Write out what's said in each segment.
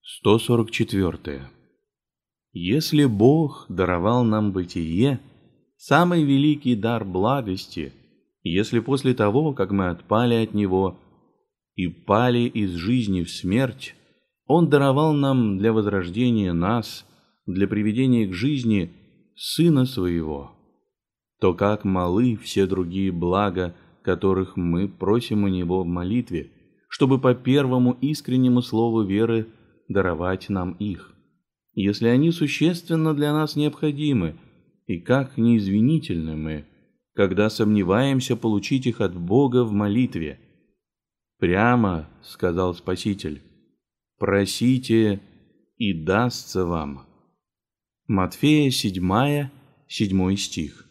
144. Если Бог даровал нам бытие, самый великий дар благости, если после того, как мы отпали от Него и пали из жизни в смерть, Он даровал нам для возрождения нас, для приведения к жизни Сына Своего, то как малы все другие блага, которых мы просим у Него в молитве, чтобы по первому искреннему слову веры даровать нам их, если они существенно для нас необходимы, и как неизвинительны мы, когда сомневаемся получить их от Бога в молитве. Прямо, сказал Спаситель, просите, и дастся вам. Матфея 7, 7 стих.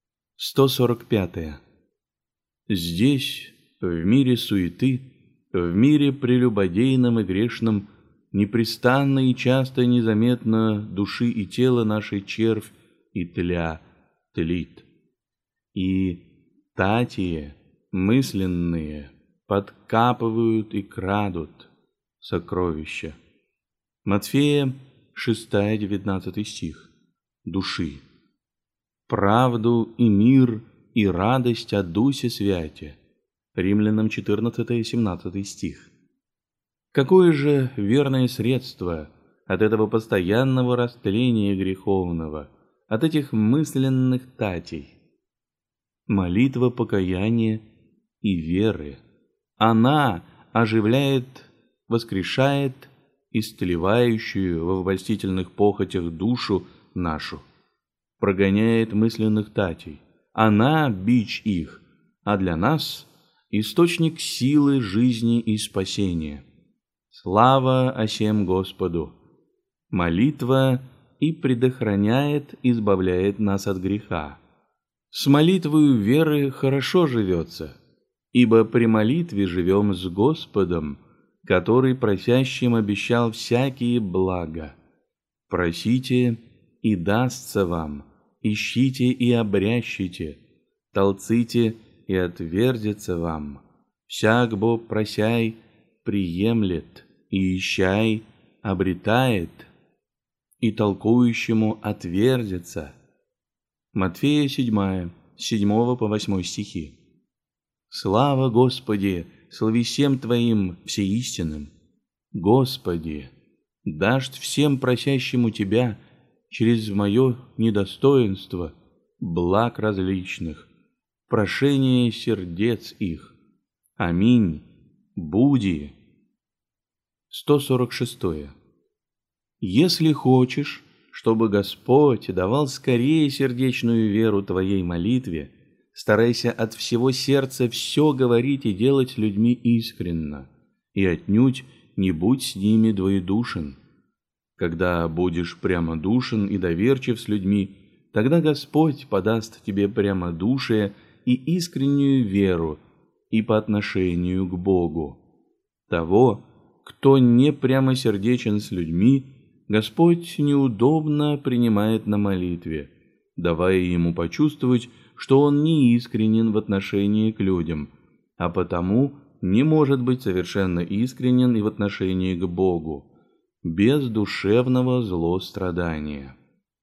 145. Здесь, в мире суеты, в мире прелюбодейном и грешном, непрестанно и часто незаметно души и тела нашей червь и тля тлит. И татие мысленные подкапывают и крадут сокровища. Матфея 6, 19 стих. Души. Правду и мир и радость о Дусе Святе. Римлянам 14, 17 стих. Какое же верное средство от этого постоянного растления греховного, от этих мысленных татей? Молитва покаяния и веры. Она оживляет, воскрешает истлевающую в обольстительных похотях душу нашу, прогоняет мысленных татей. Она — бич их, а для нас — источник силы, жизни и спасения. Слава осем Господу! Молитва и предохраняет, избавляет нас от греха. С молитвою веры хорошо живется, ибо при молитве живем с Господом, который просящим обещал всякие блага. Просите, и дастся вам, ищите и обрящите, толците, и отверзится вам. Всяк бо просяй, приемлет, и ищай, обретает, и толкующему отверзится. Матфея 7, 7 по 8 стихи. Слава Господи, слави всем Твоим всеистинным. Господи, дашь всем просящим у Тебя через мое недостоинство благ различных, прошение сердец их. Аминь. Буди. 146. Если хочешь, чтобы Господь давал скорее сердечную веру твоей молитве, старайся от всего сердца все говорить и делать людьми искренно, и отнюдь не будь с ними двоедушен. Когда будешь прямодушен и доверчив с людьми, тогда Господь подаст тебе прямодушие и искреннюю веру и по отношению к Богу. Того, кто не прямосердечен с людьми, Господь неудобно принимает на молитве, давая ему почувствовать, что он не искренен в отношении к людям, а потому не может быть совершенно искренен и в отношении к Богу, без душевного злострадания.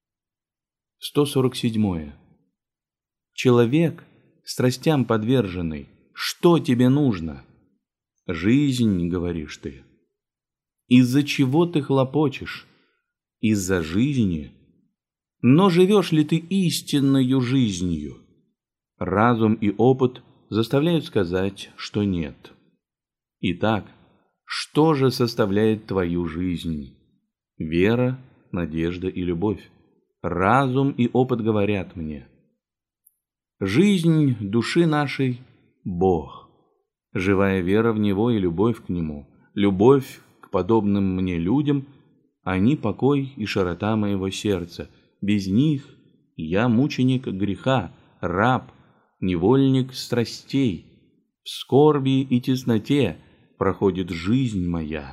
147. Человек, страстям подверженный, что тебе нужно? Жизнь, говоришь ты. Из-за чего ты хлопочешь? Из-за жизни. Но живешь ли ты истинною жизнью? Разум и опыт заставляют сказать, что нет. Итак, что же составляет твою жизнь? Вера, надежда и любовь. Разум и опыт говорят мне. Жизнь души нашей — Бог. Живая вера в Него и любовь к Нему, любовь к подобным мне людям, они покой и широта моего сердца. Без них я мученик греха, раб, невольник страстей. В скорби и тесноте проходит жизнь моя.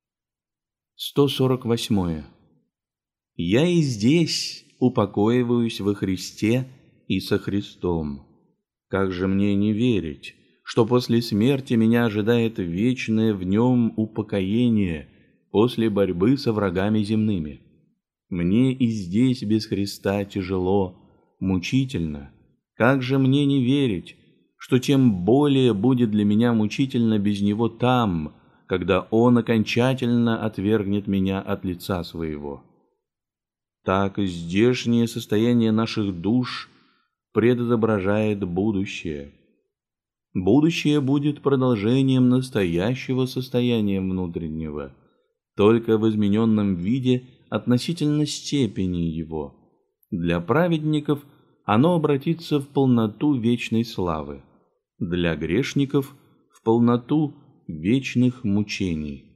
148. Я и здесь упокоиваюсь во Христе и со Христом. Как же мне не верить, что после смерти меня ожидает вечное в Нем упокоение, после борьбы со врагами земными. Мне и здесь без Христа тяжело, мучительно. Как же мне не верить, что тем более будет для меня мучительно без Него там, когда Он окончательно отвергнет меня от лица Своего? Так здешнее состояние наших душ предотображает будущее. Будущее будет продолжением настоящего состояния внутреннего, только в измененном виде относительно степени его. Для праведников оно обратится в полноту вечной славы, для грешников – в полноту вечных мучений.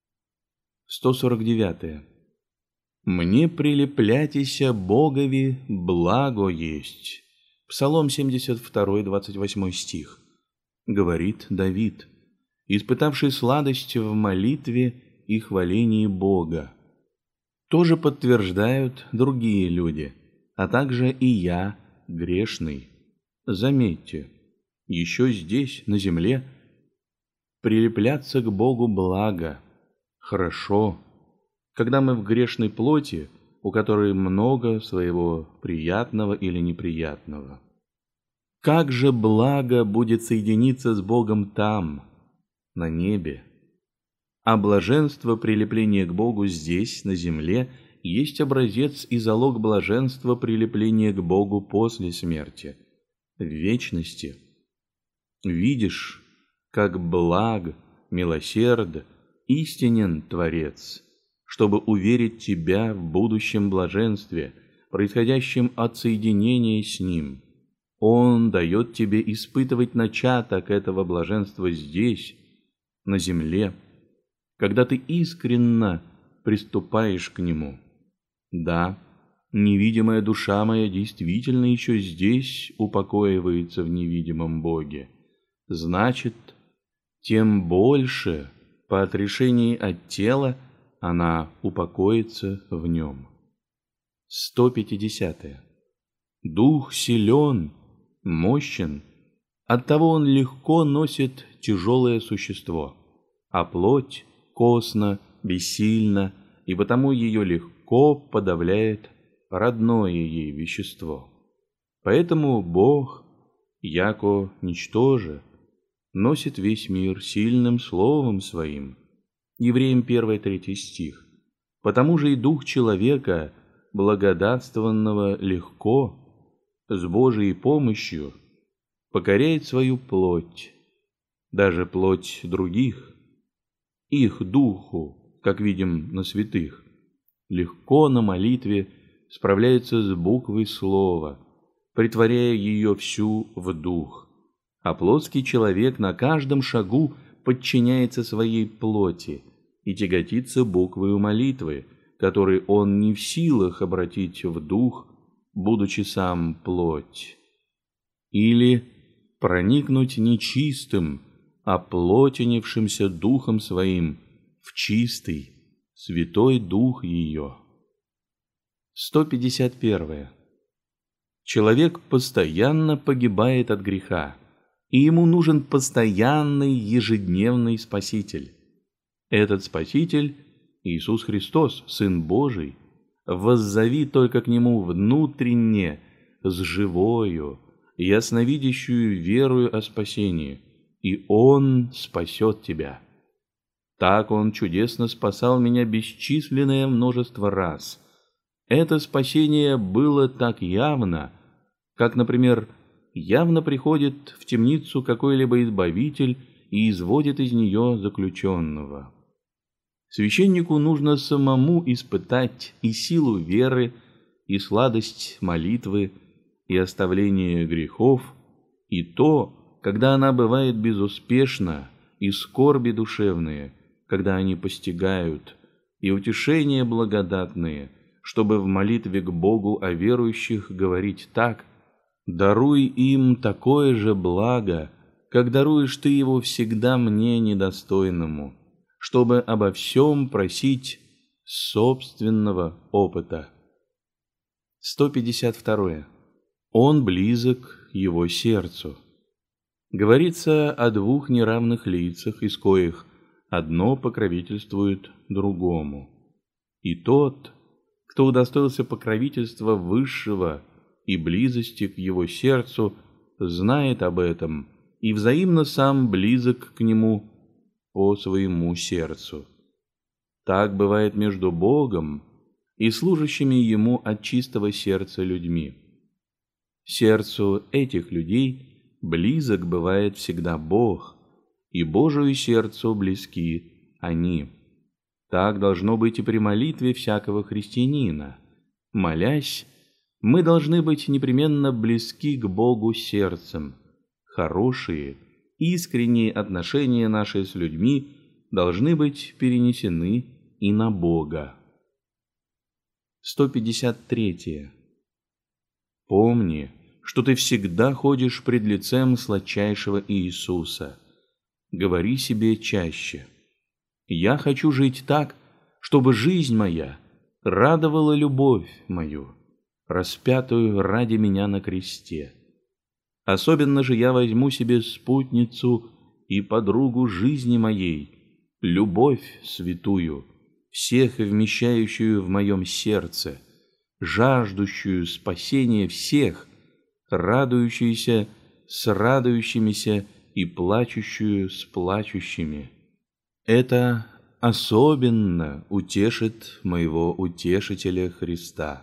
149. «Мне прилепляйтеся Богови, благо есть». Псалом 72, 28 стих. Говорит Давид, испытавший сладость в молитве и хвалении Бога. Тоже подтверждают другие люди, а также и я, грешный. Заметьте, еще здесь, на земле, прилепляться к Богу благо, хорошо, когда мы в грешной плоти, у которой много своего приятного или неприятного. Как же благо будет соединиться с Богом там, на небе. А блаженство прилепления к Богу здесь, на земле, есть образец и залог блаженства прилепления к Богу после смерти, в вечности. Видишь, как благ, милосерд, истинен Творец, чтобы уверить тебя в будущем блаженстве, происходящем от соединения с Ним. Он дает тебе испытывать начаток этого блаженства здесь, на земле, когда ты искренно приступаешь к Нему. Да, невидимая душа моя действительно еще здесь упокоивается в невидимом Боге. Значит, тем больше по отрешении от тела она упокоится в нем. 150. Дух силен, мощен, оттого он легко носит тяжелое существо, а плоть косна, бессильна, и потому ее легко подавляет родное ей вещество. Поэтому Бог, яко ничтоже, носит весь мир сильным словом своим. Евреям 1-3 стих. Потому же и дух человека, благодатствованного легко, с Божией помощью, покоряет свою плоть, даже плоть других, их духу, как видим на святых, легко на молитве справляется с буквой слова, претворяя ее всю в дух. А плотский человек на каждом шагу подчиняется своей плоти и тяготится буквою молитвы, которой он не в силах обратить в дух, будучи сам плоть. Или проникнуть нечистым, оплотенившимся духом своим в чистый, святой дух ее. 151. Человек постоянно погибает от греха, и ему нужен постоянный ежедневный Спаситель. Этот Спаситель – Иисус Христос, Сын Божий. Воззови только к Нему внутренне, с живою, ясновидящую верою о спасении, и Он спасет тебя. Так Он чудесно спасал меня бесчисленное множество раз. Это спасение было так явно, как, например, явно приходит в темницу какой-либо избавитель и изводит из нее заключенного. Священнику нужно самому испытать и силу веры, и сладость молитвы, и оставление грехов, и то, когда она бывает безуспешна, и скорби душевные, когда они постигают, и утешения благодатные, чтобы в молитве к Богу о верующих говорить так: «Даруй им такое же благо, как даруешь ты его всегда мне недостойному», чтобы обо всем просить собственного опыта. 152. Он близок его сердцу. Говорится о двух неравных лицах, из коих одно покровительствует другому. И тот, кто удостоился покровительства высшего и близости к его сердцу, знает об этом и взаимно сам близок к нему по своему сердцу. Так бывает между Богом и служащими Ему от чистого сердца людьми. Сердцу этих людей близок бывает всегда Бог, и Божию сердцу близки они. Так должно быть и при молитве всякого христианина. Молясь, мы должны быть непременно близки к Богу сердцем. Хорошие, искренние отношения наши с людьми должны быть перенесены и на Бога. 153. Помни, что ты всегда ходишь пред лицем сладчайшего Иисуса. Говори себе чаще: «Я хочу жить так, чтобы жизнь моя радовала любовь мою, распятую ради меня на кресте. Особенно же я возьму себе спутницу и подругу жизни моей, любовь святую, всех вмещающую в моем сердце, жаждущую спасения всех, радующуюся с радующимися и плачущую с плачущими. Это особенно утешит моего утешителя Христа».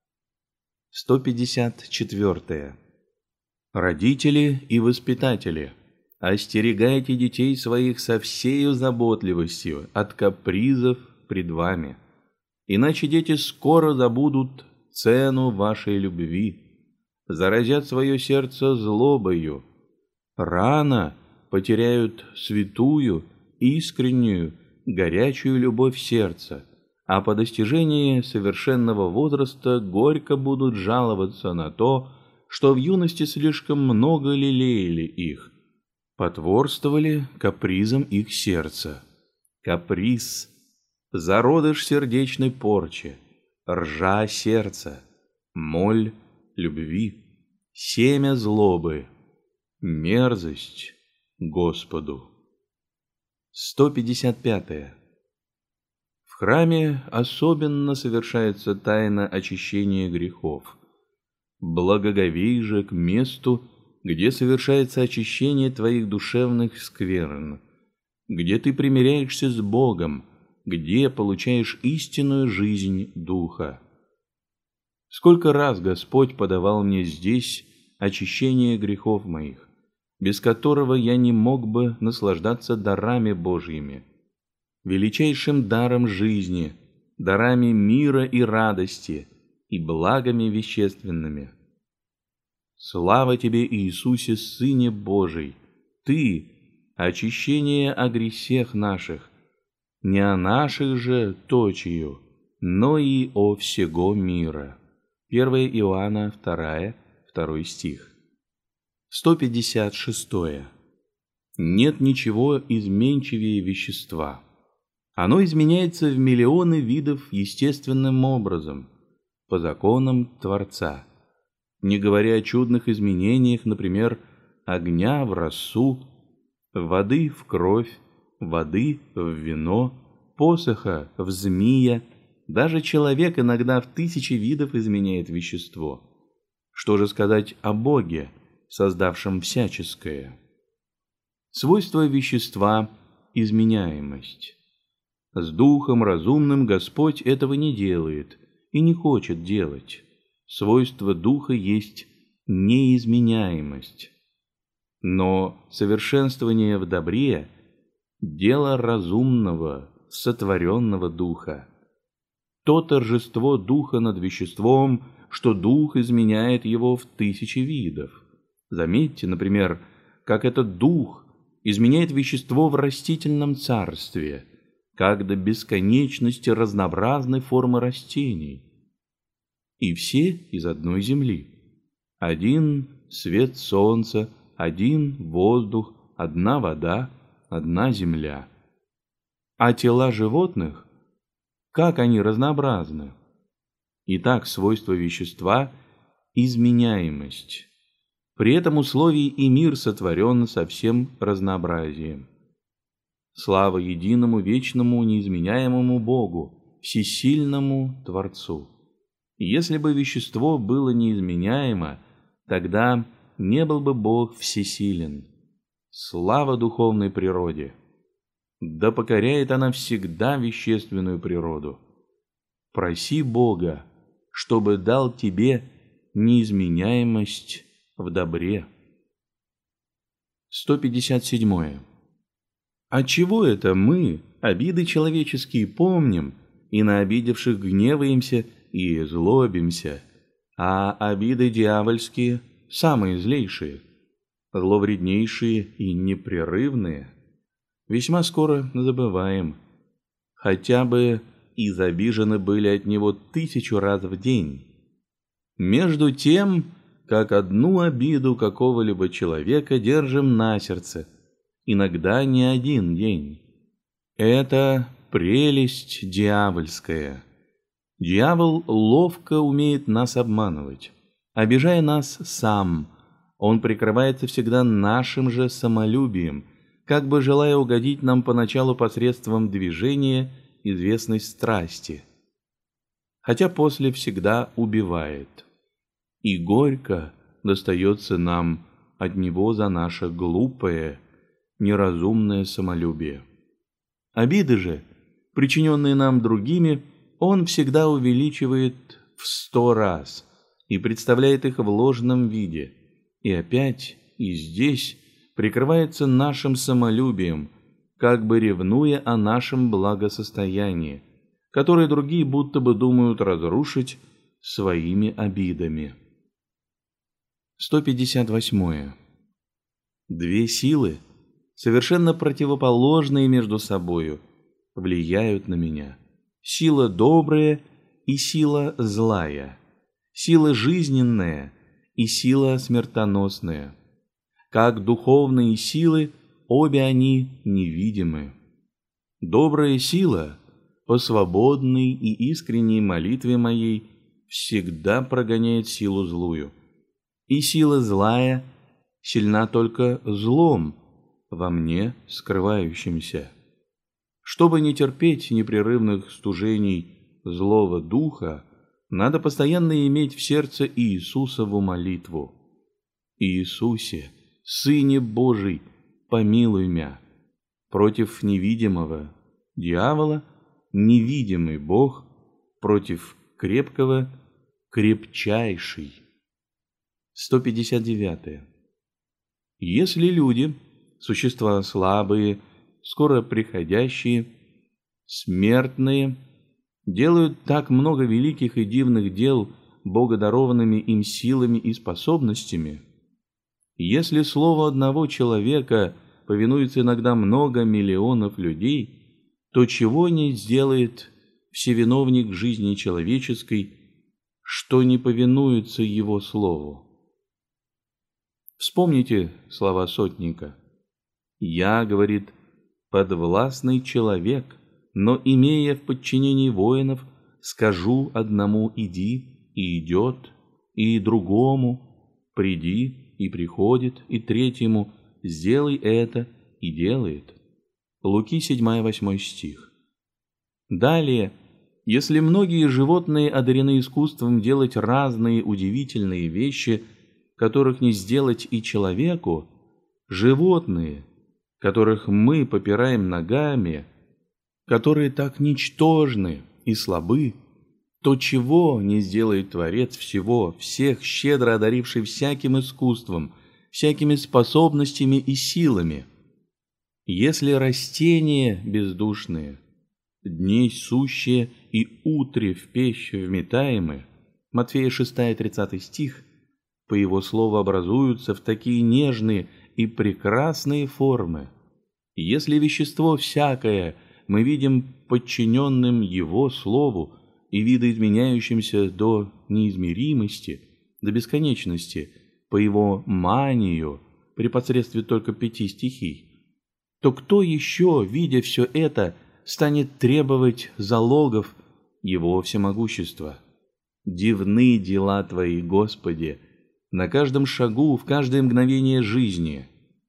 154. Родители и воспитатели, остерегайте детей своих со всею заботливостью от капризов пред вами, иначе дети скоро забудут цену вашей любви, заразят свое сердце злобою, рано потеряют святую, искреннюю, горячую любовь сердца, а по достижении совершенного возраста горько будут жаловаться на то, что в юности слишком много лелеяли их, потворствовали капризам их сердца. Каприз — зародыш сердечной порчи, ржа сердца, моль любви, семя злобы, мерзость Господу. 155. В храме особенно совершается тайна очищения грехов. Благоговей же к месту, где совершается очищение твоих душевных скверн, где ты примиряешься с Богом, где получаешь истинную жизнь Духа. Сколько раз Господь подавал мне здесь очищение грехов моих, без которого я не мог бы наслаждаться дарами Божьими, величайшим даром жизни, дарами мира и радости и благами вещественными. Слава тебе, Иисусе, Сыне Божий! Ты — очищение о грехах наших, не о наших же точию, но и о всего мира. 1 Иоанна 2 стих. 156. Нет ничего изменчивее вещества. Оно изменяется в миллионы видов естественным образом, по законам Творца, не говоря о чудных изменениях, например, огня в росу, воды в кровь, воды в вино, посоха в змея. Даже человек иногда в 1000 видов изменяет вещество. Что же сказать о Боге, создавшем всяческое? Свойство вещества — изменяемость. С духом разумным Господь этого не делает и не хочет делать. Свойство духа есть неизменяемость. Но совершенствование в добре — дело разумного, сотворенного духа. То торжество духа над веществом, что дух изменяет его в 1000 видов. Заметьте, например, как этот дух изменяет вещество в растительном царстве, как до бесконечности разнообразны формы растений. И все из одной земли. Один свет солнца, один воздух, одна вода, одна земля. А тела животных, как они разнообразны. Итак, свойство вещества — изменяемость. При этом условии и мир сотворен со всем разнообразием. Слава единому, вечному, неизменяемому Богу, всесильному Творцу. Если бы вещество было неизменяемо, тогда не был бы Бог всесилен. Слава духовной природе! Да покоряет она всегда вещественную природу. Проси Бога, чтобы дал тебе неизменяемость в добре. 157. Отчего это мы обиды человеческие помним, и на обидевших гневаемся и злобимся, а обиды дьявольские, самые злейшие, зловреднейшие и непрерывные, весьма скоро забываем, хотя бы изобижены были от него 1000 раз в день. Между тем, как одну обиду какого-либо человека держим на сердце, иногда не один день. Это прелесть дьявольская. Дьявол ловко умеет нас обманывать. Обижая нас сам, он прикрывается всегда нашим же самолюбием, как бы желая угодить нам поначалу посредством движения известной страсти, хотя после всегда убивает. И горько достается нам от него за наше глупое, неразумное самолюбие. Обиды же, причиненные нам другими, он всегда увеличивает в 100 раз и представляет их в ложном виде, и опять и здесь прикрывается нашим самолюбием, как бы ревнуя о нашем благосостоянии, которое другие будто бы думают разрушить своими обидами. 158. Две силы, совершенно противоположные между собою, влияют на меня. Сила добрая и сила злая, сила жизненная и сила смертоносная. Как духовные силы, обе они невидимы. Добрая сила по свободной и искренней молитве моей всегда прогоняет силу злую, и сила злая сильна только злом во мне скрывающимся. Чтобы не терпеть непрерывных стужений злого духа, надо постоянно иметь в сердце Иисусову молитву. Иисусе, Сыне Божий, помилуй мя. Против невидимого дьявола невидимый Бог, против крепкого крепчайший. 159. Если люди, существа слабые, скоро приходящие, смертные, делают так много великих и дивных дел богодарованными им силами и способностями, если слову одного человека повинуется иногда много миллионов людей, то чего не сделает всевиновник жизни человеческой, что не повинуется его слову? Вспомните слова сотника. «Я, — говорит, — подвластный человек, но, имея в подчинении воинов, скажу одному иди, и идет, и другому приди, и приходит, и третьему сделай это, и делает». Луки 7-8 стих. Далее, если многие животные одарены искусством делать разные удивительные вещи, которых не сделать и человеку, животные, которых мы попираем ногами, которые так ничтожны и слабы, то чего не сделает Творец всех щедро одаривший всяким искусством, всякими способностями и силами? Если растения бездушные, дней сущие и утре в пещу вметаемы, Матфея 6-30 стих, по его слову образуются в такие нежные и прекрасные формы. Если вещество всякое мы видим подчиненным его слову и видоизменяющимся до неизмеримости, до бесконечности, по его манию, при посредстве только 5 стихий, то кто еще, видя все это, станет требовать залогов его всемогущества? Дивны дела Твои, Господи, на каждом шагу, в каждое мгновение жизни.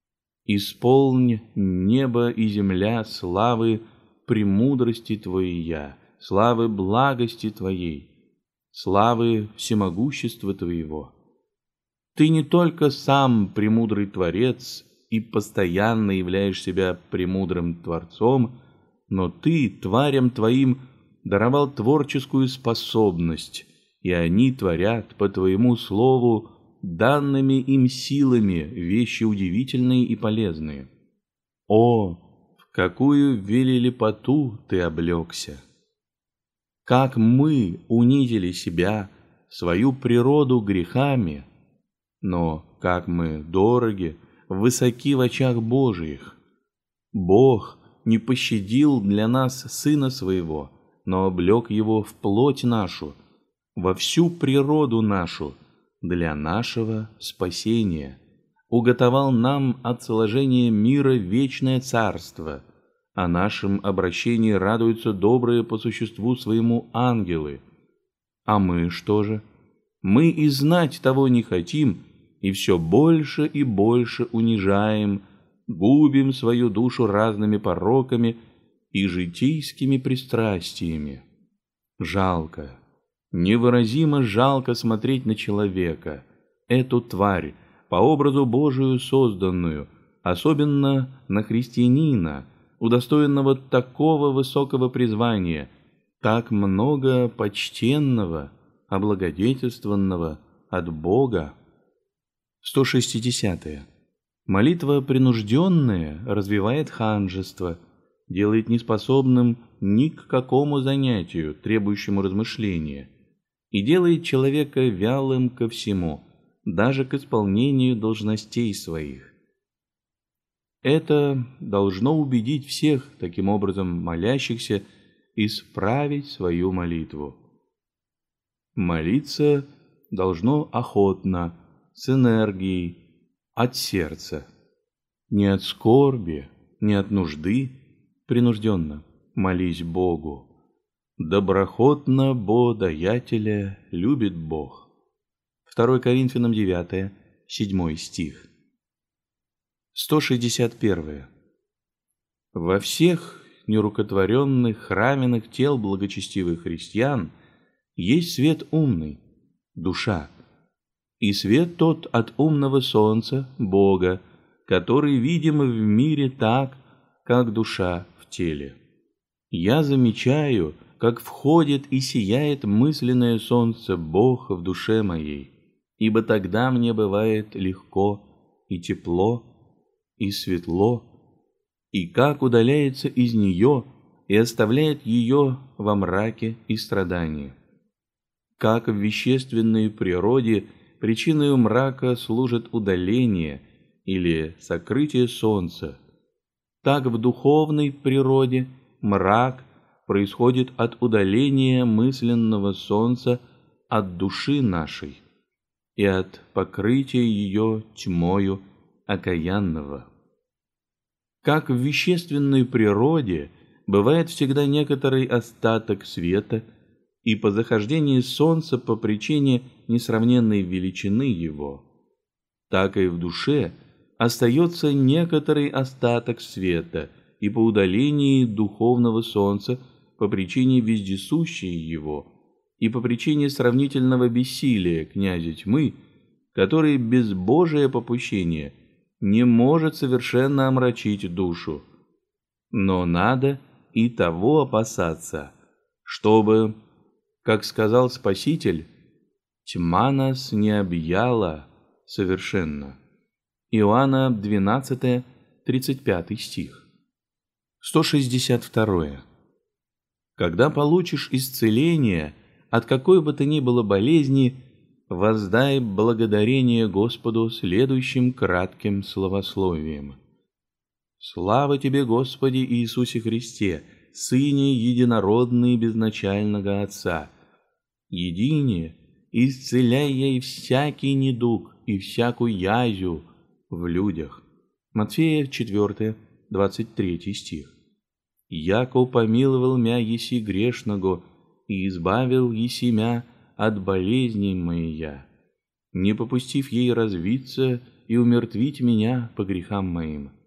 Исполнь небо и земля славы премудрости Твоей, славы благости Твоей, славы всемогущества Твоего. Ты не только сам премудрый Творец и постоянно являешь себя премудрым Творцом, но Ты тварям Твоим даровал творческую способность, и они творят по Твоему слову данными им силами вещи удивительные и полезные. О, в какую велелепоту Ты облегся! Как мы унизили себя, свою природу грехами, но как мы дороги, высоки в очах Божиих. Бог не пощадил для нас Сына Своего, но облег Его в плоть нашу, во всю природу нашу, для нашего спасения, уготовал нам от сложения мира вечное царство. О нашем обращении радуются добрые по существу своему ангелы. А мы что же? Мы и знать того не хотим, и все больше и больше унижаем, губим свою душу разными пороками и житейскими пристрастиями. Жалко, невыразимо жалко смотреть на человека, эту тварь, по образу Божию созданную, особенно на христианина, удостоенного такого высокого призвания, так много почтенного, облагодетельствованного от Бога. 160. Молитва принужденная развивает ханжество, делает неспособным ни к какому занятию, требующему размышления, и делает человека вялым ко всему, даже к исполнению должностей своих. Это должно убедить всех, таким образом молящихся, исправить свою молитву. Молиться должно охотно, с энергией, от сердца, не от скорби, не от нужды, принужденно молись Богу. Доброхотно бо даятеля любит Бог. 2 Коринфянам 9, 7 стих. 161. Во всех нерукотворенных храменных тел благочестивых христиан есть свет умный, душа, и свет тот от умного солнца, Бога, который видим в мире так, как душа в теле. Я замечаю, как входит и сияет мысленное солнце Бог в душе моей, ибо тогда мне бывает легко и тепло, и светло, и как удаляется из нее и оставляет ее во мраке и страдании. Как в вещественной природе причиной мрака служит удаление или сокрытие солнца, так в духовной природе мрак происходит от удаления мысленного солнца от души нашей и от покрытия ее тьмою окаянного. Как в вещественной природе бывает всегда некоторый остаток света, и по захождении солнца по причине несравненной величины его, так и в душе остается некоторый остаток света, и по удалении духовного солнца по причине вездесущей его, и по причине сравнительного бессилия князя тьмы, который без Божия попущения не может совершенно омрачить душу. Но надо и того опасаться, чтобы, как сказал Спаситель, тьма нас не объяла совершенно. Иоанна 12, 35 стих. 162. Когда получишь исцеление от какой бы то ни было болезни, воздай благодарение Господу следующим кратким словословием. Слава Тебе, Господи Иисусе Христе, Сыне Единородный безначального Отца, едине, исцеляй ей всякий недуг и всякую язю в людях. Матфея 4, 23 стих. Яко помиловал мя еси грешного, и избавил еси мя от болезней моя, не попустив ей развиться и умертвить меня по грехам моим.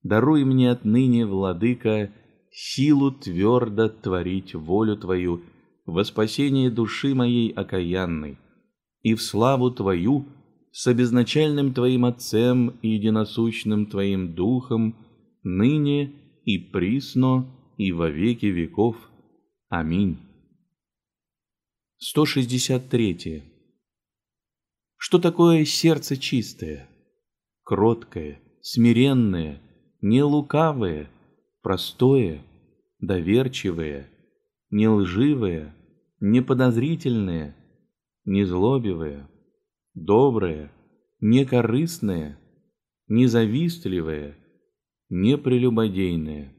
Даруй мне отныне, Владыка, силу твердо творить волю Твою во спасение души моей окаянной и в славу Твою с обезначальным Твоим Отцем и единосущным Твоим Духом, ныне и присно и во веки веков. Аминь. 163. Что такое сердце чистое, кроткое, смиренное, не лукавое, простое, доверчивое, не лживое, не подозрительное, не злобивое, доброе, не корыстное, не завистливое, не прелюбодейное?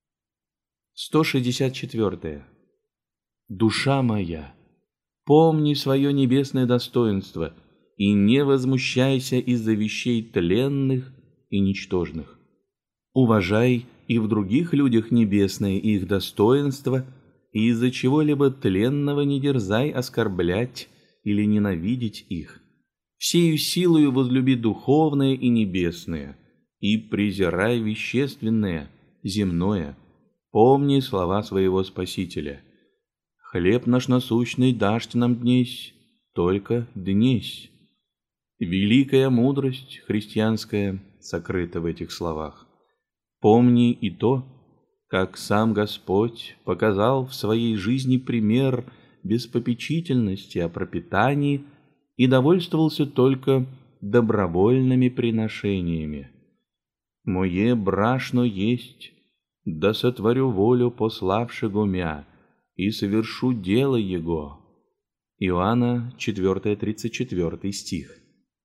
164. Душа моя, помни свое небесное достоинство и не возмущайся из-за вещей тленных и ничтожных. Уважай и в других людях небесное их достоинство, и из-за чего-либо тленного не дерзай оскорблять или ненавидеть их. Всею силою возлюби духовное и небесное, и презирай вещественное, земное. Помни слова своего Спасителя. «Хлеб наш насущный дашь нам днесь, только днесь». Великая мудрость христианская сокрыта в этих словах. Помни и то, как сам Господь показал в своей жизни пример беспопечительности о пропитании и довольствовался только добровольными приношениями. «Мое брашно есть, да сотворю волю пославшего мя, и совершу дело Его». Иоанна 4:34 стих.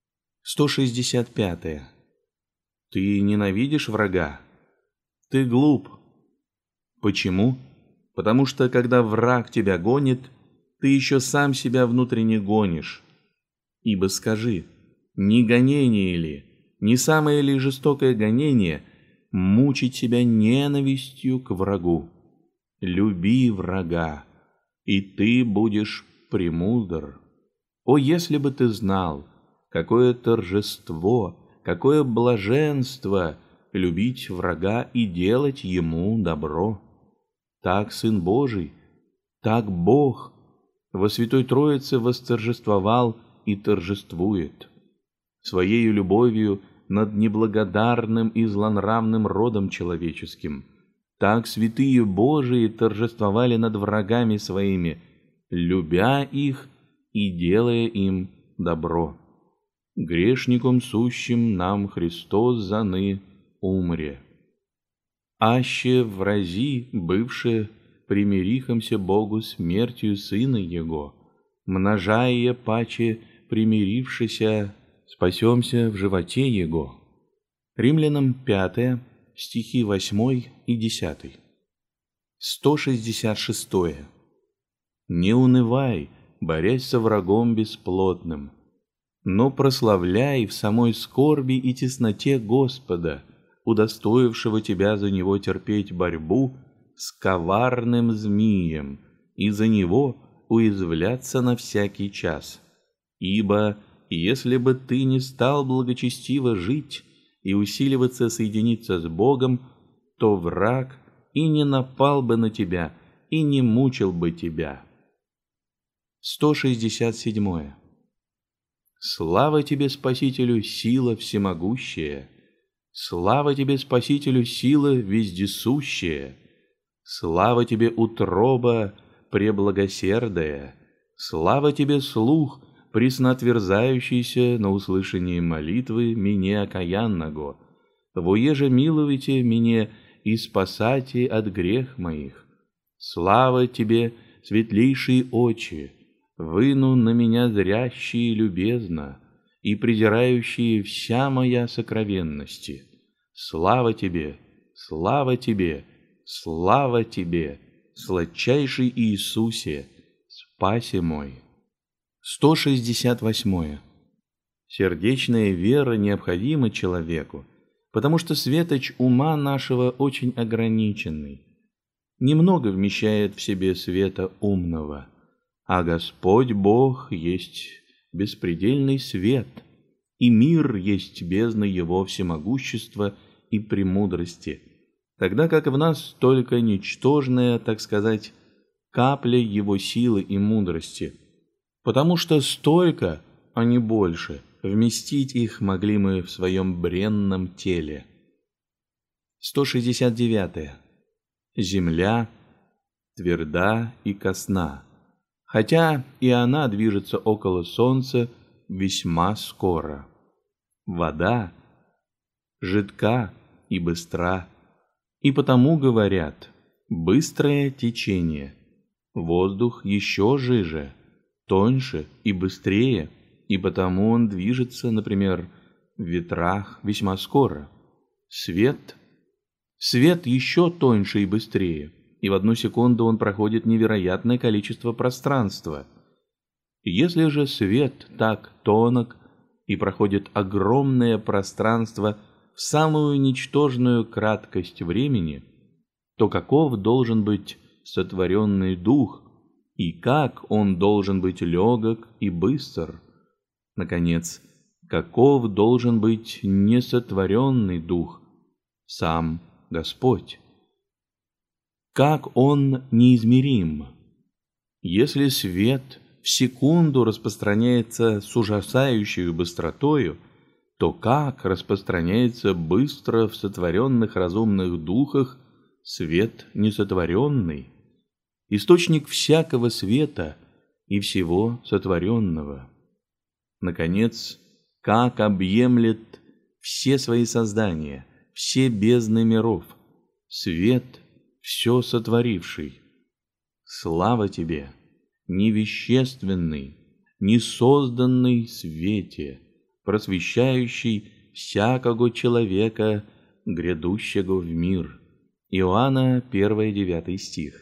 165. Ты ненавидишь врага? Ты глуп. Почему? Потому что, когда враг тебя гонит, ты еще сам себя внутренне гонишь. Ибо скажи, не гонение ли, не самое ли жестокое гонение мучить себя ненавистью к врагу? Люби врага, и ты будешь премудр. О, если бы ты знал, какое торжество, какое блаженство любить врага и делать ему добро! Так Сын Божий, так Бог во Святой Троице восторжествовал и торжествует. Своею любовью над неблагодарным и злонравным родом человеческим, так святые Божии торжествовали над врагами своими, любя их и делая им добро. Грешником сущим нам Христос заны умре. Аще врази, бывшие, примирихомся Богу смертью Сына Его, множая паче примирившися, спасемся в животе Его. Римлянам 5, стихи 8 и 10. 166. Не унывай, борясь со врагом бесплотным, но прославляй в самой скорби и тесноте Господа, удостоившего тебя за него терпеть борьбу с коварным змеем и за него уязвляться на всякий час. Ибо если бы ты не стал благочестиво жить и усиливаться соединиться с Богом, то враг и не напал бы на тебя, и не мучил бы тебя. 167. Слава тебе, Спасителю, сила всемогущая! Слава тебе, Спасителю, сила вездесущая! Слава тебе, утроба преблагосердая! Слава тебе, слух, преснотверзающийся на услышание молитвы меня окаянного! Воеже милуйте меня и спасайте от грех моих! Слава тебе, светлейшие очи! Выну на меня зрящие любезно и презирающие вся моя сокровенности. Слава тебе, слава тебе, слава тебе, сладчайший Иисусе, спаси мой. 168. Сердечная вера необходима человеку, потому что светоч ума нашего очень ограниченный. Немного вмещает в себе света умного. А Господь Бог есть беспредельный свет, и мир есть бездна Его всемогущества и премудрости, тогда как в нас только ничтожная, так сказать, капля его силы и мудрости, потому что столько, а не больше, вместить их могли мы в своем бренном теле. 169. Земля тверда и косна, хотя и она движется около солнца весьма скоро. Вода жидка и быстра, и потому говорят: быстрое течение. Воздух еще жиже, тоньше и быстрее, и потому он движется, например, в ветрах весьма скоро. Свет еще тоньше и быстрее, и в одну секунду он проходит невероятное количество пространства. Если же свет так тонок и проходит огромное пространство в самую ничтожную краткость времени, то каков должен быть сотворенный дух, и как он должен быть легок и быстр? Наконец, каков должен быть несотворенный дух, сам Господь? Как он неизмерим? Если свет в секунду распространяется с ужасающей быстротою, то как распространяется быстро в сотворенных разумных духах свет несотворенный, источник всякого света и всего сотворенного? Наконец, как объемлет все свои создания, все бездны миров, свет, все сотворивший? Слава тебе, невещественный, несозданный свете, просвещающий всякого человека, грядущего в мир. Иоанна 1-9 стих.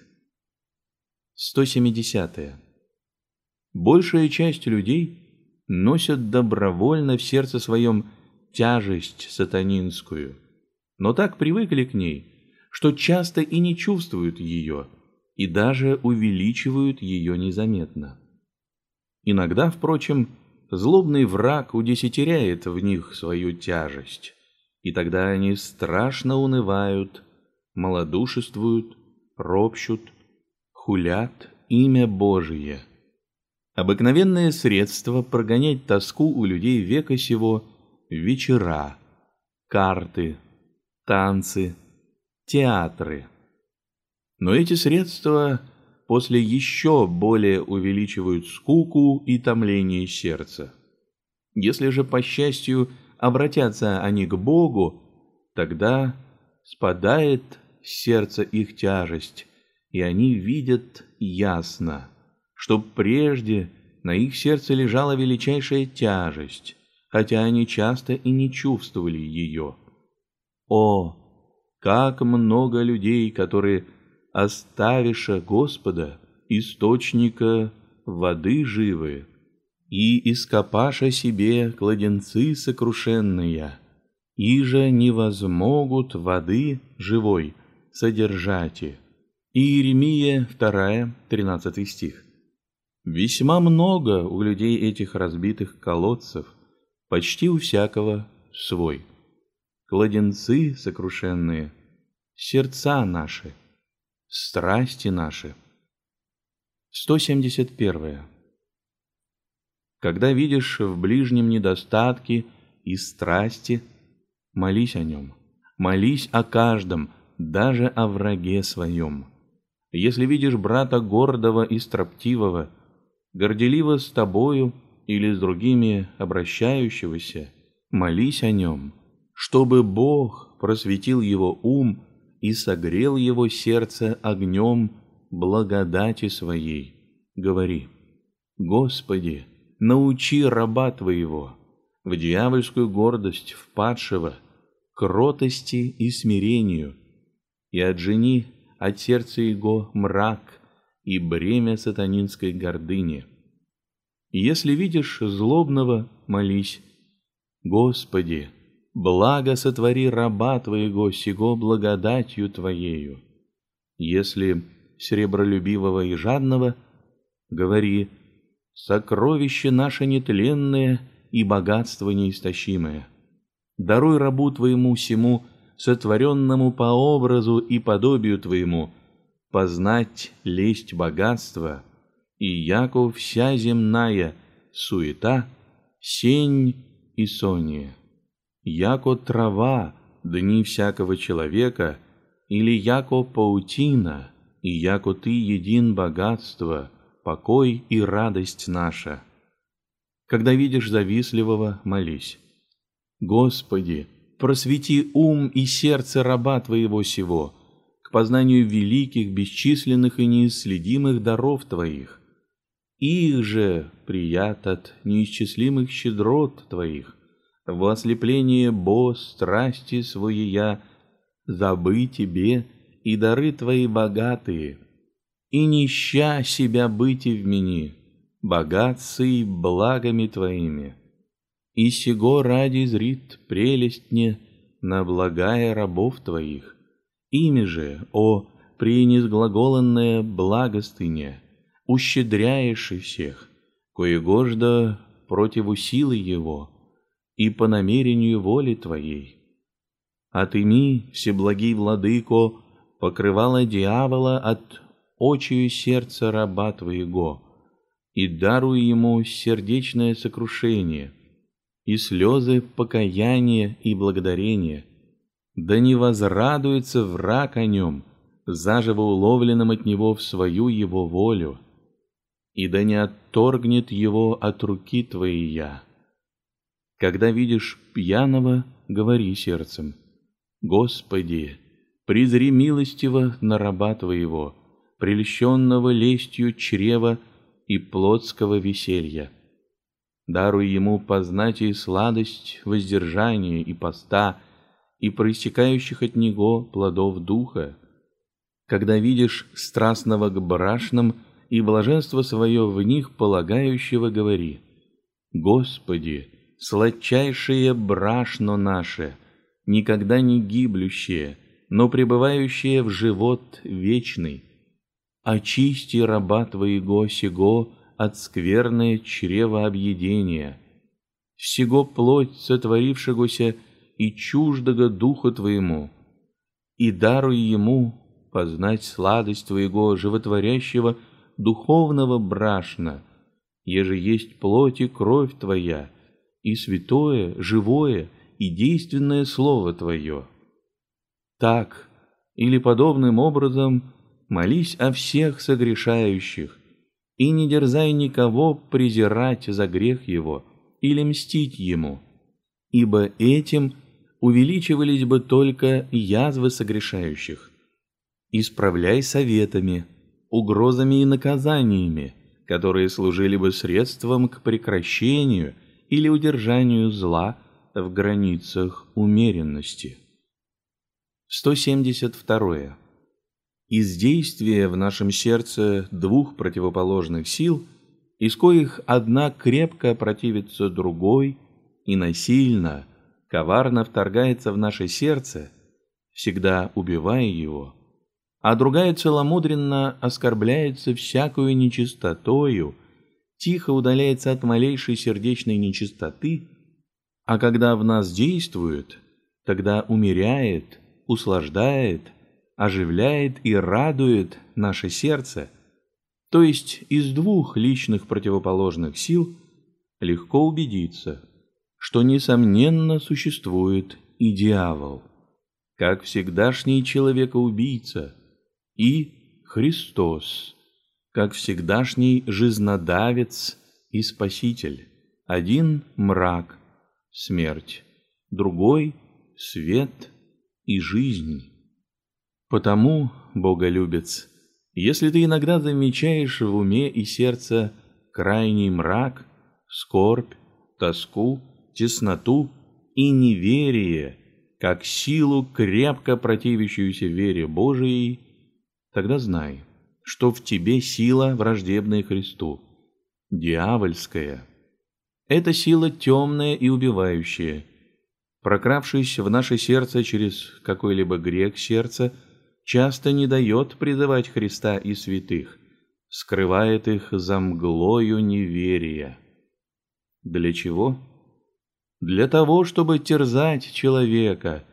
170. Большая часть людей носят добровольно в сердце своем тяжесть сатанинскую, но так привыкли к ней, что часто и не чувствуют ее, и даже увеличивают ее незаметно. Иногда, впрочем, злобный враг удесятеряет в них свою тяжесть, и тогда они страшно унывают, малодушествуют, ропщут, хулят имя Божие. Обыкновенное средство прогонять тоску у людей века сего — вечера, карты, танцы, театры. Но эти средства после еще более увеличивают скуку и томление сердца. Если же, по счастью, обратятся они к Богу, тогда спадает с сердца их тяжесть, и они видят ясно, что прежде на их сердце лежала величайшая тяжесть, хотя они часто и не чувствовали ее. О, как много людей, которые, оставиша Господа, источника воды живы, и ископаша себе кладенцы сокрушенные, иже не возмогут воды живой содержати. Иеремия 2, 13 стих. Весьма много у людей этих разбитых колодцев, почти у всякого свой. Кладенцы сокрушенные, сердца наши, страсти наши. 171. Когда видишь в ближнем недостатки и страсти, молись о нем, молись о каждом, даже о враге своем. Если видишь брата гордого и строптивого, горделиво с тобою или с другими обращающегося, молись о нем, чтобы Бог просветил его ум и согрел его сердце огнем благодати своей. Говори: Господи, научи раба Твоего в дьявольскую гордость впадшего, кротости и смирению, и отжени от сердца его мрак и бремя сатанинской гордыни. Если видишь злобного, молись: Господи, благо сотвори раба Твоего сего благодатью Твоею. Если сребролюбивого и жадного, говори: сокровище наше нетленное и богатство неистощимое. Даруй рабу Твоему сему сотворенному по образу и подобию Твоему, познать лесть богатства, и яко вся земная суета, сень и соние, яко трава дни всякого человека, или яко паутина, и яко Ты един богатство, покой и радость наша. Когда видишь завистливого, молись: Господи, просвети ум и сердце раба Твоего сего к познанию великих, бесчисленных и неисследимых даров Твоих. Их же прият от неисчислимых щедрот Твоих, во ослепление страсти своея, забы Тебе и дары Твои богатые, и нища себя быть и вмени, богатцы благами Твоими. И сего ради зрит прелестне на благая рабов Твоих. Ими же, о пренизглаголанная благостыня, ущедряешь и всех, коегожда противу силы Его и по намерению воли Твоей. Отыми, всеблагий владыко, покрывала дьявола от очию сердца раба Твоего, и даруй ему сердечное сокрушение, и слезы покаяния и благодарения, да не возрадуется враг о нем, заживо уловленным от него в свою его волю, и да не отторгнет его от руки Твоей. Когда видишь пьяного, говори сердцем: Господи, презри милостиво на раба Твоего, прельщенного лестью чрева и плотского веселья. Даруй ему познать и сладость воздержания и поста, и проистекающих от него плодов духа. Когда видишь страстного к брашным и блаженство свое в них полагающего, говори: Господи, сладчайшее брашно наше, никогда не гиблющее, но пребывающее в живот вечный, очисти раба Твоего сего от скверное чревообъедения, сего плоть сотворившегося и чуждого духа Твоему, и даруй ему познать сладость Твоего животворящего духовного брашна, еже есть плоть и кровь Твоя, и святое, живое и действенное Слово Твое. Так или подобным образом молись о всех согрешающих, и не дерзай никого презирать за грех его или мстить ему, ибо этим увеличивались бы только язвы согрешающих. Исправляй советами, угрозами и наказаниями, которые служили бы средством к прекращению или удержанию зла в границах умеренности. 172. Из действия в нашем сердце двух противоположных сил, из коих одна крепко противится другой и насильно, коварно вторгается в наше сердце, всегда убивая его, а другая целомудренно оскорбляется всякою нечистотою, тихо удаляется от малейшей сердечной нечистоты, а когда в нас действует, тогда умеряет, услаждает, оживляет и радует наше сердце, то есть из двух личных противоположных сил легко убедиться, что несомненно существует и дьявол, как всегдашний человекоубийца, и Христос, как всегдашний жизнодавец и спаситель. Один мрак, смерть, другой свет и жизнь. Потому, боголюбец, если ты иногда замечаешь в уме и сердце крайний мрак, скорбь, тоску, тесноту и неверие, как силу, крепко противящуюся вере Божией, тогда знай, что в тебе сила, враждебная Христу, дьявольская. Это сила темная и убивающая. Прокравшись в наше сердце через какой-либо грех сердца, часто не дает призывать Христа и святых, скрывает их за мглою неверия. Для чего? Для того, чтобы терзать человека,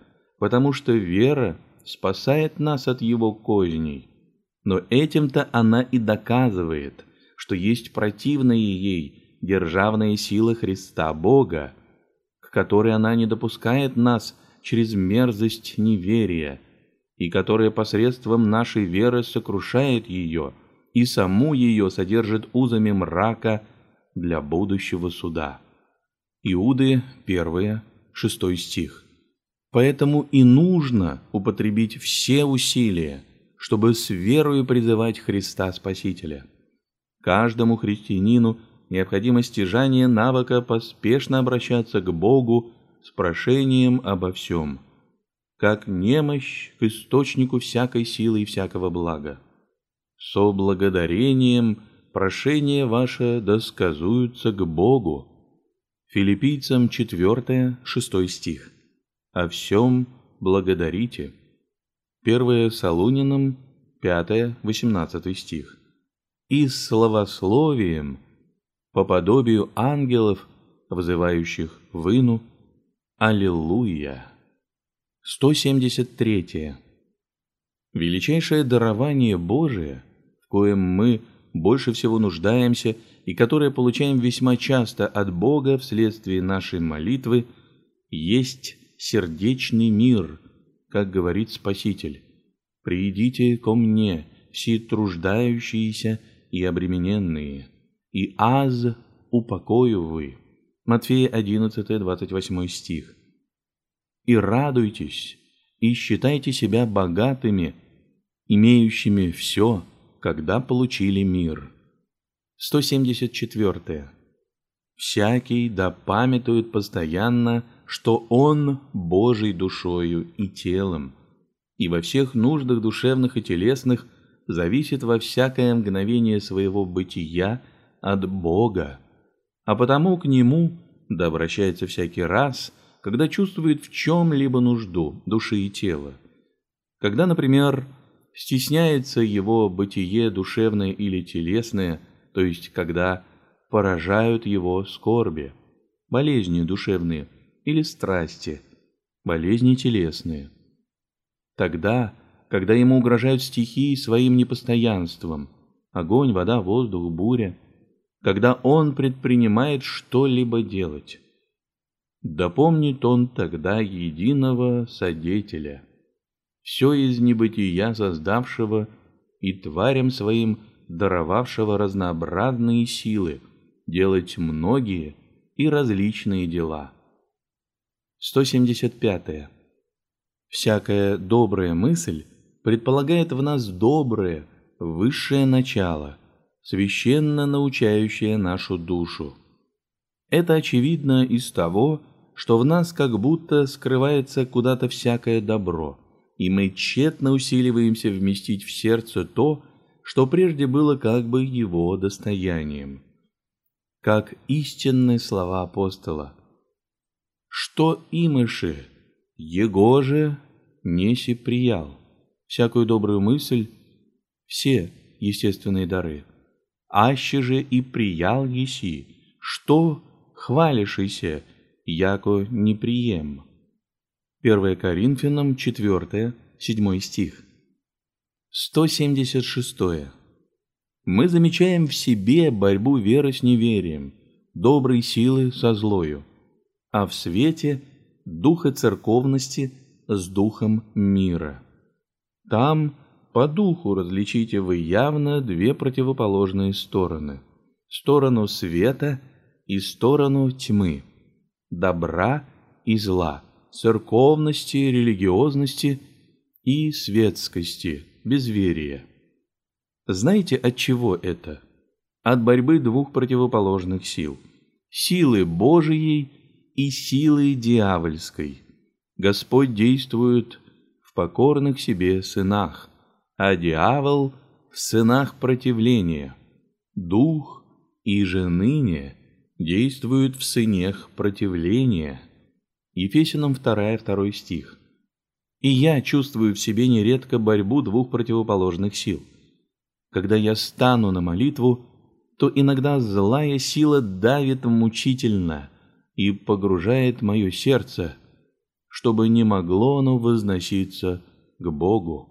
потому что вера спасает нас от его козней. Но этим-то она и доказывает, что есть противная ей державная сила Христа Бога, к которой она не допускает нас через мерзость неверия, и которая посредством нашей веры сокрушает ее и саму ее содержит узами мрака для будущего суда. Иуды 1, 6 стих. Поэтому и нужно употребить все усилия, чтобы с верою призывать Христа Спасителя. Каждому христианину необходимо стяжание навыка поспешно обращаться к Богу с прошением обо всем, как немощь к источнику всякой силы и всякого блага. Со благодарением прошение ваше досказуется к Богу. Филиппийцам 4, 6 стих. О всем благодарите. 1 Солунянам 5, 18 стих. И с славословием, по подобию ангелов, взывающих выну, Аллилуйя. 173. Величайшее дарование Божие, в коем мы больше всего нуждаемся и которое получаем весьма часто от Бога вследствие нашей молитвы, есть сердечный мир, как говорит Спаситель. «Придите ко мне, все труждающиеся и обремененные, и аз упокою вы». Матфея 11, 28 стих. «И радуйтесь, и считайте себя богатыми, имеющими все, когда получили мир». 174. «Всякий да памятует постоянно, что он Божий душою и телом, и во всех нуждах душевных и телесных зависит во всякое мгновение своего бытия от Бога, а потому к Нему да обращается всякий раз, когда чувствует в чем-либо нужду души и тела. Когда, например, стесняется его бытие душевное или телесное, то есть когда поражают его скорби, болезни душевные или страсти, болезни телесные. Тогда, когда ему угрожают стихии своим непостоянством, огонь, вода, воздух, буря, когда он предпринимает что-либо делать, да помнит он тогда единого Содетеля, все из небытия создавшего и тварям своим даровавшего разнообразные силы делать многие и различные дела. 175. Всякая добрая мысль предполагает в нас доброе, высшее начало, священно научающее нашу душу. Это очевидно из того, что в нас как будто скрывается куда-то всякое добро, и мы тщетно усиливаемся вместить в сердце то, что прежде было как бы его достоянием. Как истинные слова апостола: «Что имыши, его же неси приял, всякую добрую мысль, все естественные дары, аще же и приял еси, что хвалишися, яко не прием». 1 Коринфянам 4, 7 стих. 176. Мы замечаем в себе борьбу веры с неверием, доброй силы со злою, а в свете – духа церковности с духом мира. Там по духу различите вы явно две противоположные стороны – сторону света и сторону тьмы, добра и зла, церковности, религиозности и светскости, безверия. Знаете, от чего это? От борьбы двух противоположных сил – силы Божией и силы дьявольской. Господь действует в покорных себе сынах, а дьявол в сынах противления. Дух и же ныне действует в сынах противления. Ефесянам 2 стих. И я чувствую в себе нередко борьбу двух противоположных сил. Когда я стану на молитву, то иногда злая сила давит мучительно и погружает мое сердце, чтобы не могло оно возноситься к Богу.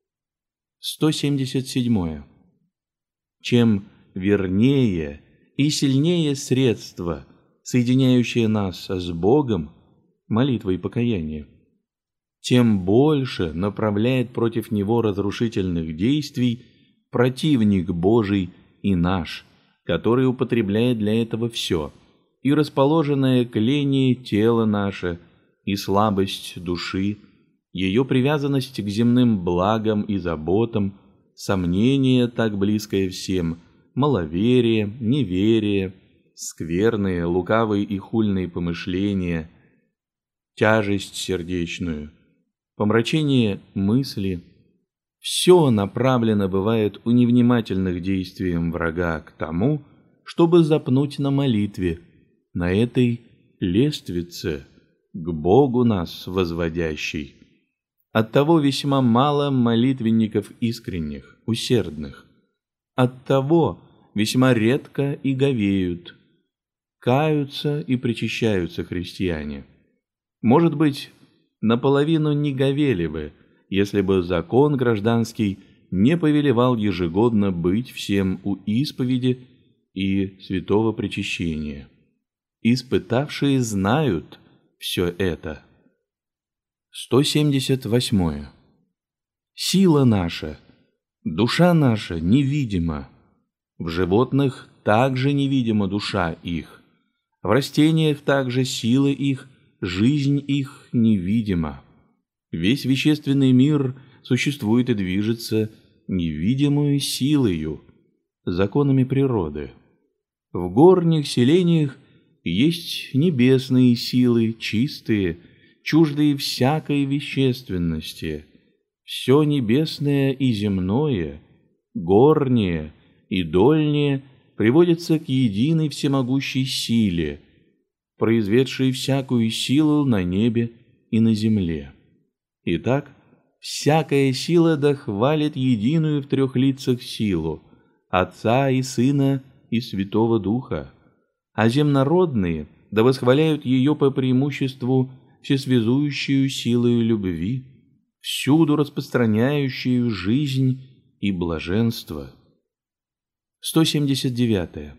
177. Чем вернее и сильнее средство, соединяющее нас с Богом, молитва и покаяние, тем больше направляет против него разрушительных действий противник Божий и наш, который употребляет для этого все, и расположенное к лени тело наше, и слабость души, ее привязанность к земным благам и заботам, сомнение, так близкое всем, маловерие, неверие, скверные, лукавые и хульные помышления, тяжесть сердечную, помрачение мысли, все направлено бывает у невнимательных действиям врага к тому, чтобы запнуть на молитве, на этой лествице, к Богу нас возводящей. Оттого весьма мало молитвенников искренних, усердных. Оттого весьма редко и говеют, каются и причащаются христиане. Может быть, наполовину не говели бы, если бы закон гражданский не повелевал ежегодно быть всем у исповеди и святого причащения. Испытавшие знают все это. 178. Сила наша, душа наша невидима. В животных также невидима душа их. В растениях также сила их, жизнь их невидима. Весь вещественный мир существует и движется невидимую силою, законами природы. В горних селениях есть небесные силы, чистые, чуждые всякой вещественности. Все небесное и земное, горнее и дольнее приводится к единой всемогущей силе, произведшей всякую силу на небе и на земле. Итак, всякая сила да хвалит единую в трех лицах силу Отца и Сына и Святого Духа, а земнородные да восхваляют ее по преимуществу всесвязующую силою любви, всюду распространяющую жизнь и блаженство. 179.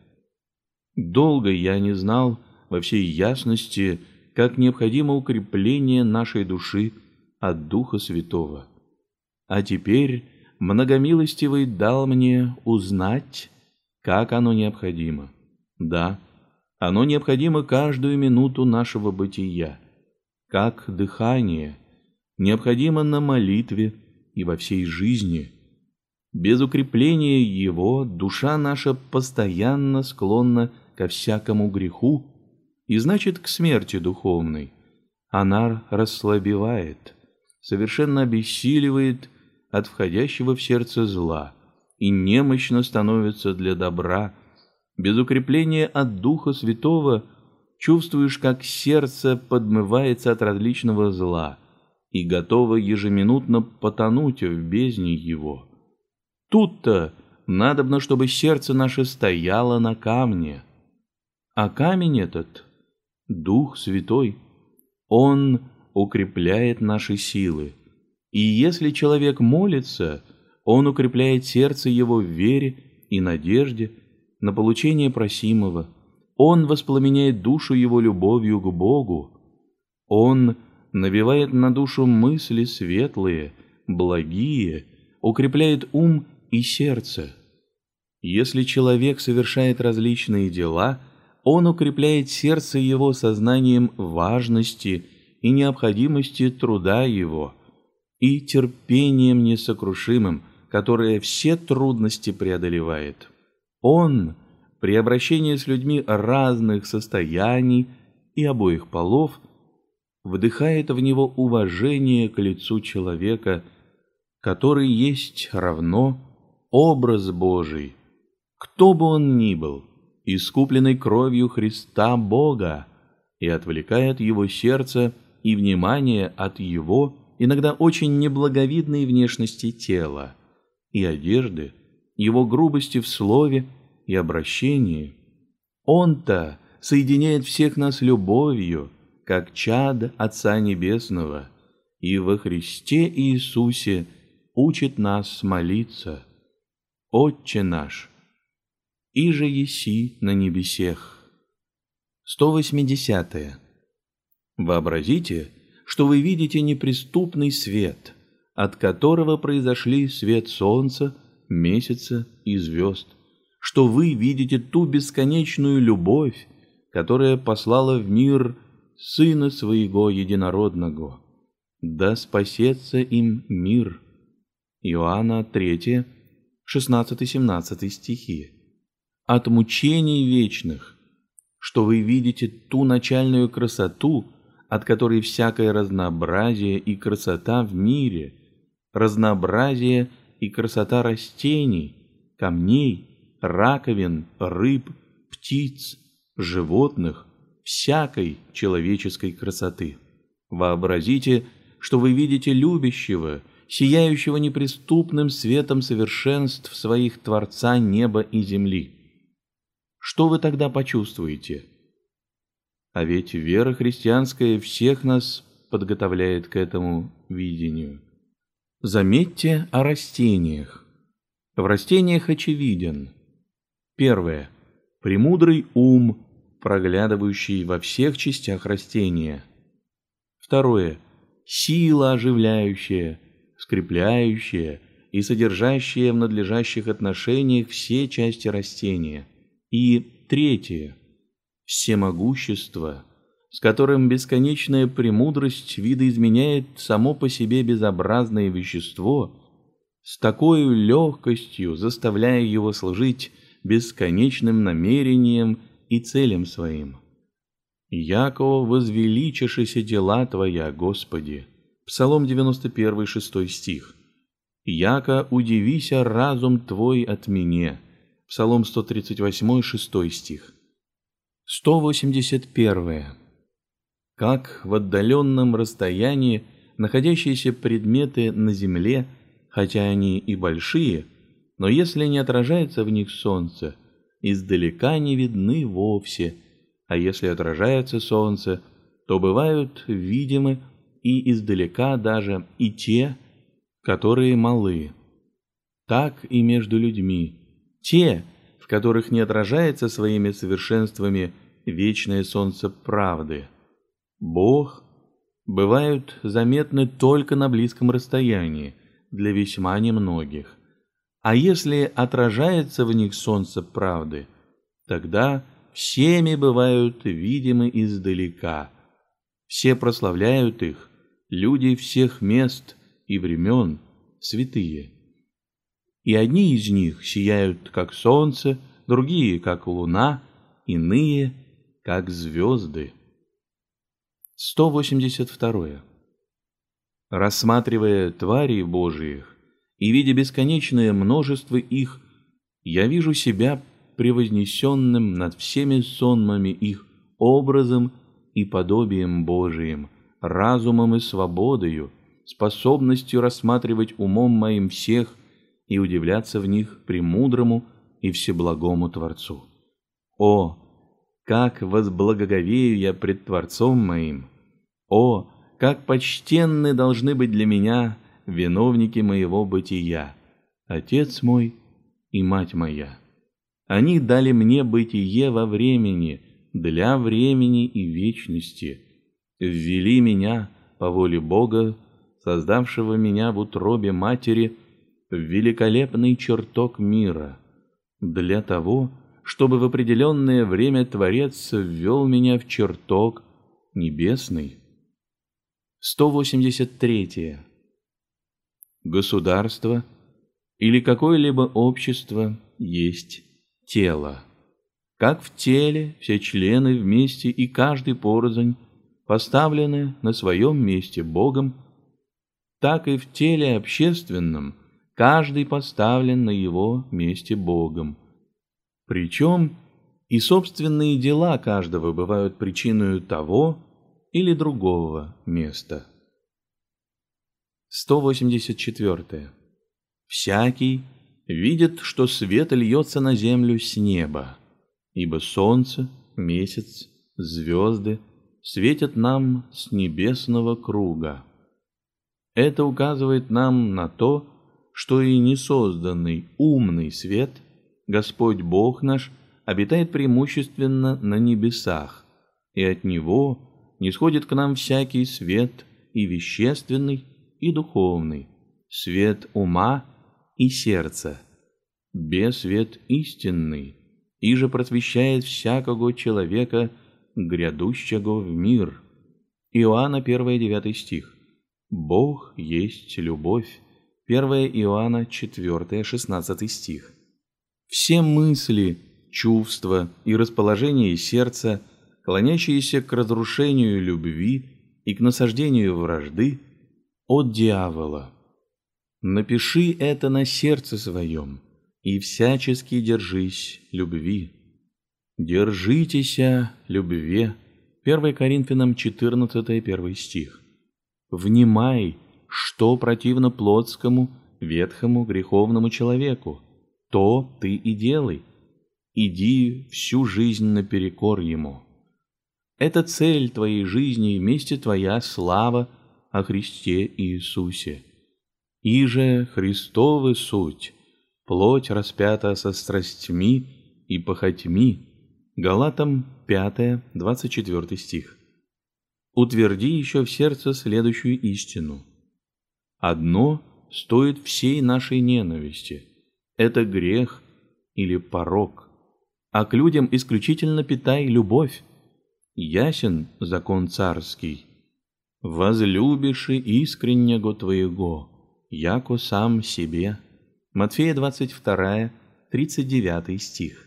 Долго я не знал во всей ясности, как необходимо укрепление нашей души от Духа Святого. А теперь многомилостивый дал мне узнать, как оно необходимо. Да, оно необходимо каждую минуту нашего бытия, как дыхание, необходимо на молитве и во всей жизни. Без укрепления его душа наша постоянно склонна ко всякому греху и, значит, к смерти духовной. Она расслабевает, совершенно обессиливает от входящего в сердце зла и немощно становится для добра. Без укрепления от Духа Святого чувствуешь, как сердце подмывается от различного зла и готово ежеминутно потонуть в бездне его. Тут-то надобно, чтобы сердце наше стояло на камне. А камень этот — Дух Святой. Он укрепляет наши силы. И если человек молится, он укрепляет сердце его в вере и надежде на получение просимого. Он воспламеняет душу его любовью к Богу. Он навевает на душу мысли светлые, благие, укрепляет ум и сердце. Если человек совершает различные дела, он укрепляет сердце его сознанием важности и необходимости труда его и терпением несокрушимым, которое все трудности преодолевает. Он при обращении с людьми разных состояний и обоих полов вдыхает в него уважение к лицу человека, который есть равно образ Божий, кто бы он ни был, искупленный кровью Христа Бога, и отвлекает его сердце и внимание от его иногда очень неблаговидной внешности тела и одежды, его грубости в слове и обращении. Он-то соединяет всех нас любовью как чад Отца Небесного, и во Христе Иисусе учит нас молиться: «Отче наш, иже еси на небесех». 180. Вообразите, что вы видите неприступный свет, от которого произошли свет солнца, месяца и звезд, что вы видите ту бесконечную любовь, которая послала в мир Сына Своего Единородного. Да спасется им мир. Иоанна 3, 16-17 стихи. От мучений вечных, что вы видите ту начальную красоту, от которой всякое разнообразие и красота в мире, разнообразие и красота растений, камней, раковин, рыб, птиц, животных, всякой человеческой красоты. Вообразите, что вы видите любящего, сияющего неприступным светом совершенств своих Творца неба и земли. Что вы тогда почувствуете? А ведь вера христианская всех нас подготовляет к этому видению. Заметьте о растениях. В растениях очевиден: первое – премудрый ум, проглядывающий во всех частях растения. Второе – сила оживляющая, скрепляющая и содержащая в надлежащих отношениях все части растения. И третье – всемогущество, с которым бесконечная премудрость видоизменяет само по себе безобразное вещество, с такой легкостью заставляя его служить бесконечным намерением и целям своим. «Яко возвеличишися дела Твоя, Господи». Псалом 91, 6 стих. «Яко удивися разум Твой от меня». Псалом 138, 6 стих. 181. Как в отдаленном расстоянии находящиеся предметы на земле, хотя они и большие, но если не отражается в них солнце, издалека не видны вовсе, а если отражается солнце, то бывают видимы и издалека даже и те, которые малы. Так и между людьми. Те, в которых не отражается своими совершенствами вечное солнце правды, Бог, бывают заметны только на близком расстоянии для весьма немногих. А если отражается в них солнце правды, тогда всеми бывают видимы издалека. Все прославляют их, люди всех мест и времен, святые. И одни из них сияют, как солнце, другие, как луна, иные, как звезды. 182. Рассматривая тварей Божиих и видя бесконечное множество их, я вижу себя превознесенным над всеми сонмами их образом и подобием Божиим, разумом и свободою, способностью рассматривать умом моим всех и удивляться в них премудрому и всеблагому Творцу. О, как возблагоговею я пред Творцом моим! О, как почтенны должны быть для меня виновники моего бытия, Отец мой и Мать моя! Они дали мне бытие во времени, для времени и вечности, ввели меня по воле Бога, создавшего меня в утробе матери, в великолепный чертог мира, для того, чтобы в определенное время Творец ввел меня в чертог небесный. 183. Государство или какое-либо общество есть тело. Как в теле все члены вместе и каждый порознь поставлены на своем месте Богом, так и в теле общественном каждый поставлен на его месте Богом. Причем и собственные дела каждого бывают причиной того или другого места. 184. Всякий видит, что свет льется на землю с неба, ибо солнце, месяц, звезды, светят нам с небесного круга. Это указывает нам на то, что и несозданный умный свет, Господь Бог наш, обитает преимущественно на небесах, и от Него нисходит к нам всякий свет и вещественный, и духовный, свет ума и сердца, бесвет истинный, иже просвещает всякого человека, грядущего в мир. Иоанна 1-9 стих. Бог есть любовь. 1 Иоанна 4-16 стих. Все мысли, чувства и расположения сердца, клонящиеся к разрушению любви и к насаждению вражды, от дьявола. Напиши это на сердце своем и всячески держись любви. Держитеся любви. 1 Коринфянам 14-1 стих. Внимай, что противно плотскому, ветхому, греховному человеку, то ты и делай. Иди всю жизнь наперекор ему. Это цель твоей жизни и вместе твоя слава о Христе Иисусе. Иже Христовы суть, плоть распята со страстьми и похотьми. Галатам 5-24 стих. Утверди еще в сердце следующую истину. Одно стоит всей нашей ненависти. Это грех или порок. А к людям исключительно питай любовь. Ясен закон царский. Возлюбиши искреннего твоего, яко сам себе. Матфея 22-39 стих.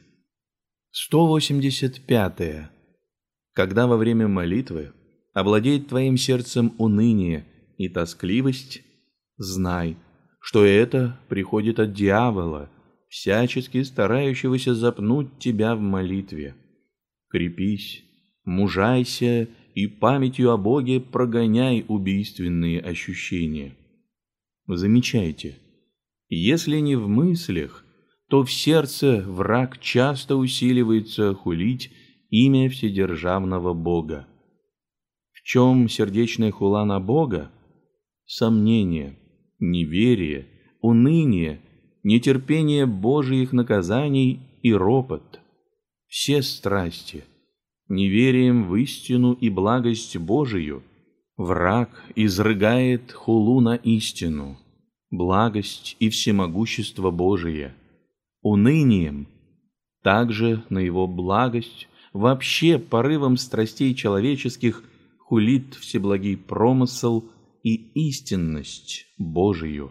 185. Когда во время молитвы овладеет твоим сердцем уныние и тоскливость, знай, что это приходит от дьявола, всячески старающегося запнуть тебя в молитве. Крепись, мужайся и памятью о Боге прогоняй убийственные ощущения. Замечайте, если не в мыслях, то в сердце враг часто усиливается хулить имя Вседержавного Бога. В чем сердечная хула на Бога? Сомнение, неверие, уныние, нетерпение Божиих наказаний и ропот. Все страсти, неверием в истину и благость Божию, враг изрыгает хулу на истину, благость и всемогущество Божие. Унынием также на его благость, вообще порывом страстей человеческих хулит всеблагий промысл и истинность Божию.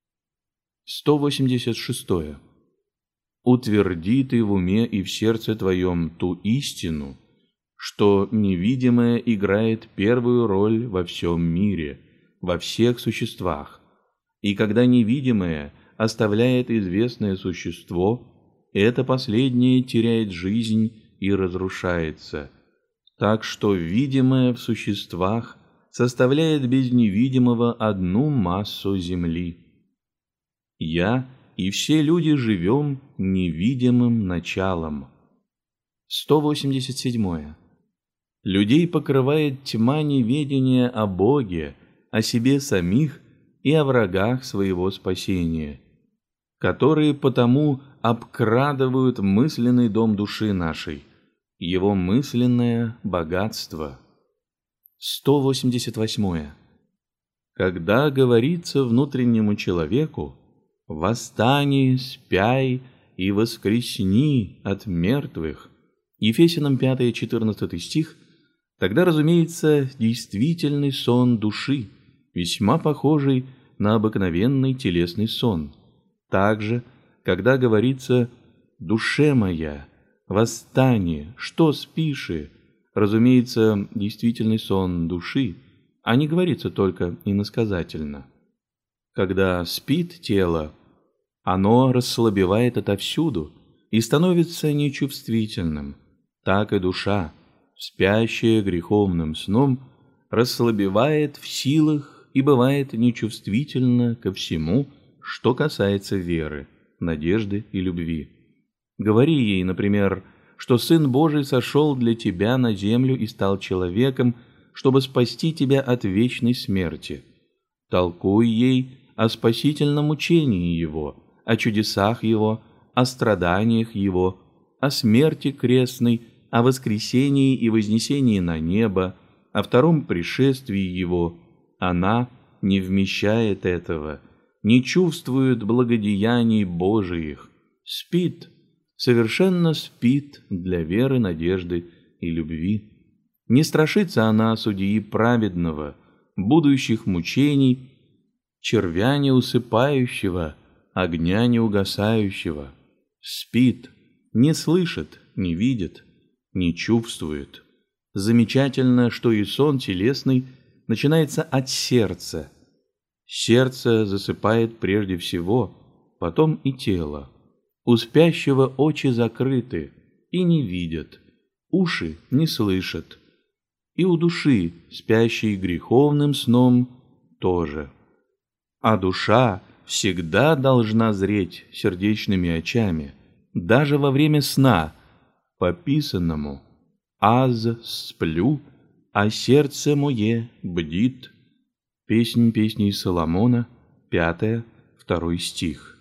186. Утверди ты в уме и в сердце твоем ту истину, что невидимое играет первую роль во всем мире, во всех существах, и когда невидимое оставляет известное существо, это последнее теряет жизнь и разрушается, так что видимое в существах составляет без невидимого одну массу земли. Я и все люди живем невидимым началом. 187. Людей покрывает тьма неведения о Боге, о себе самих и о врагах своего спасения, которые потому обкрадывают мысленный дом души нашей, его мысленное богатство. 188. Когда говорится внутреннему человеку: «Восстани, спяй и воскресни от мертвых», Ефесянам 5-14 стих, тогда, разумеется, действительный сон души, весьма похожий на обыкновенный телесный сон. Также, когда говорится «душе моя, восстани, что спиши», разумеется, действительный сон души, а не говорится только иносказательно. Когда спит тело, оно расслабевает отовсюду и становится нечувствительным. Так и душа, спящая греховным сном, расслабевает в силах и бывает нечувствительна ко всему, что касается веры, надежды и любви. Говори ей, например, что Сын Божий сошел для тебя на землю и стал человеком, чтобы спасти тебя от вечной смерти. Толкуй ей о спасительном учении Его, о чудесах Его, о страданиях Его, о смерти крестной, о воскресении и вознесении на небо, о втором пришествии Его. Она не вмещает этого, не чувствует благодеяний Божиих, спит, совершенно спит для веры, надежды и любви. Не страшится она судьи праведного, будущих мучений, червя не усыпающего, огня не угасающего. Спит, не слышит, не видит, не чувствует. Замечательно, что и сон телесный начинается от сердца. Сердце засыпает прежде всего, потом и тело. У спящего очи закрыты и не видят, уши не слышат. И у души, спящей греховным сном, тоже. А душа всегда должна зреть сердечными очами, даже во время сна, по писанному «Аз сплю, а сердце мое бдит». Песнь песней Соломона, 5, 2 стих.